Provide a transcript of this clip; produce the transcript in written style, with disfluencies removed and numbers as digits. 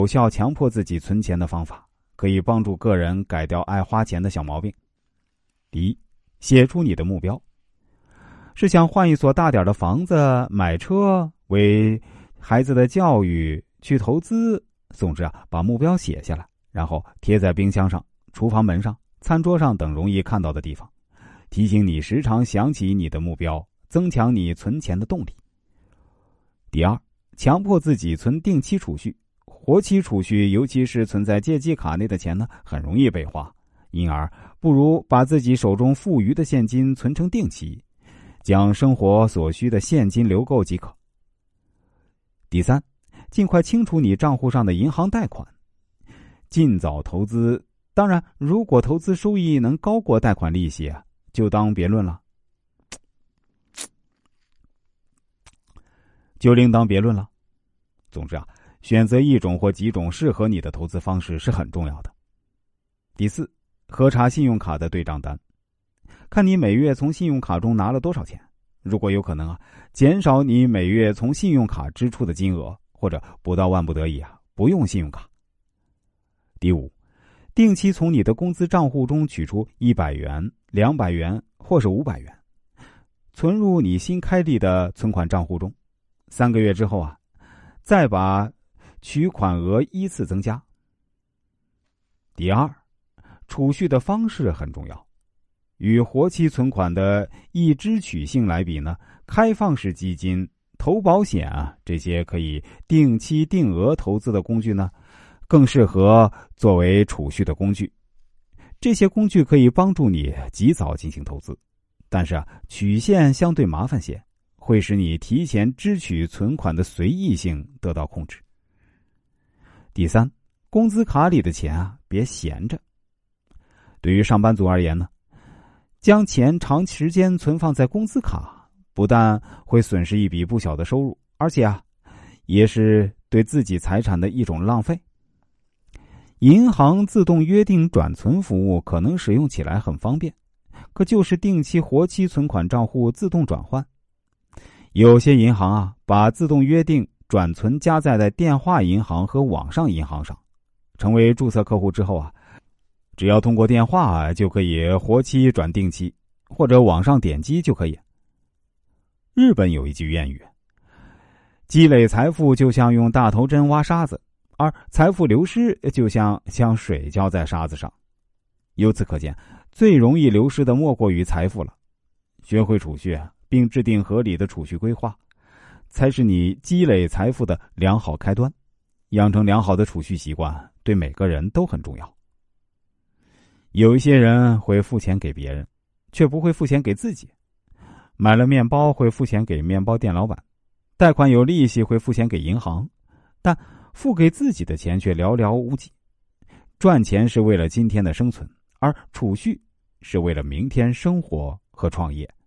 有效强迫自己存钱的方法，可以帮助个人改掉爱花钱的小毛病。第一，写出你的目标。是想换一所大点的房子、买车、为孩子的教育去投资，总之把目标写下来，然后贴在冰箱上、厨房门上、餐桌上等容易看到的地方，提醒你时常想起你的目标，增强你存钱的动力。第二，强迫自己存定期储蓄。活期储蓄，尤其是存在借记卡内的钱很容易被花，因而不如把自己手中富余的现金存成定期，将生活所需的现金流够即可。第三，尽快清除你账户上的银行贷款，尽早投资。当然，如果投资收益能高过贷款利息，就当别论了。总之选择一种或几种适合你的投资方式是很重要的。第四，核查信用卡的对账单，看你每月从信用卡中拿了多少钱，如果有可能减少你每月从信用卡支出的金额，或者不到万不得已不用信用卡。第五，定期从你的工资账户中取出100元、200元或是500元，存入你新开立的存款账户中，3个月之后再把取款额依次增加。第二，储蓄的方式很重要。与活期存款的易支取性来比开放式基金、投保险这些可以定期定额投资的工具更适合作为储蓄的工具。这些工具可以帮助你及早进行投资，但是曲线相对麻烦些，会使你提前支取存款的随意性得到控制。第三，工资卡里的钱别闲着。对于上班族而言将钱长时间存放在工资卡，不但会损失一笔不小的收入，而且也是对自己财产的一种浪费。银行自动约定转存服务可能使用起来很方便，可就是定期活期存款账户自动转换。有些银行把自动约定转存加载在电话银行和网上银行上，成为注册客户之后只要通过电话就可以活期转定期，或者网上点击就可以。日本有一句谚语，积累财富就像用大头针挖沙子，而财富流失就像将水浇在沙子上。由此可见，最容易流失的莫过于财富了。学会储蓄并制定合理的储蓄规划，才是你积累财富的良好开端。养成良好的储蓄习惯对每个人都很重要。有一些人会付钱给别人，却不会付钱给自己。买了面包会付钱给面包店老板，贷款有利息会付钱给银行，但付给自己的钱却寥寥无几。赚钱是为了今天的生存，而储蓄是为了明天生活和创业。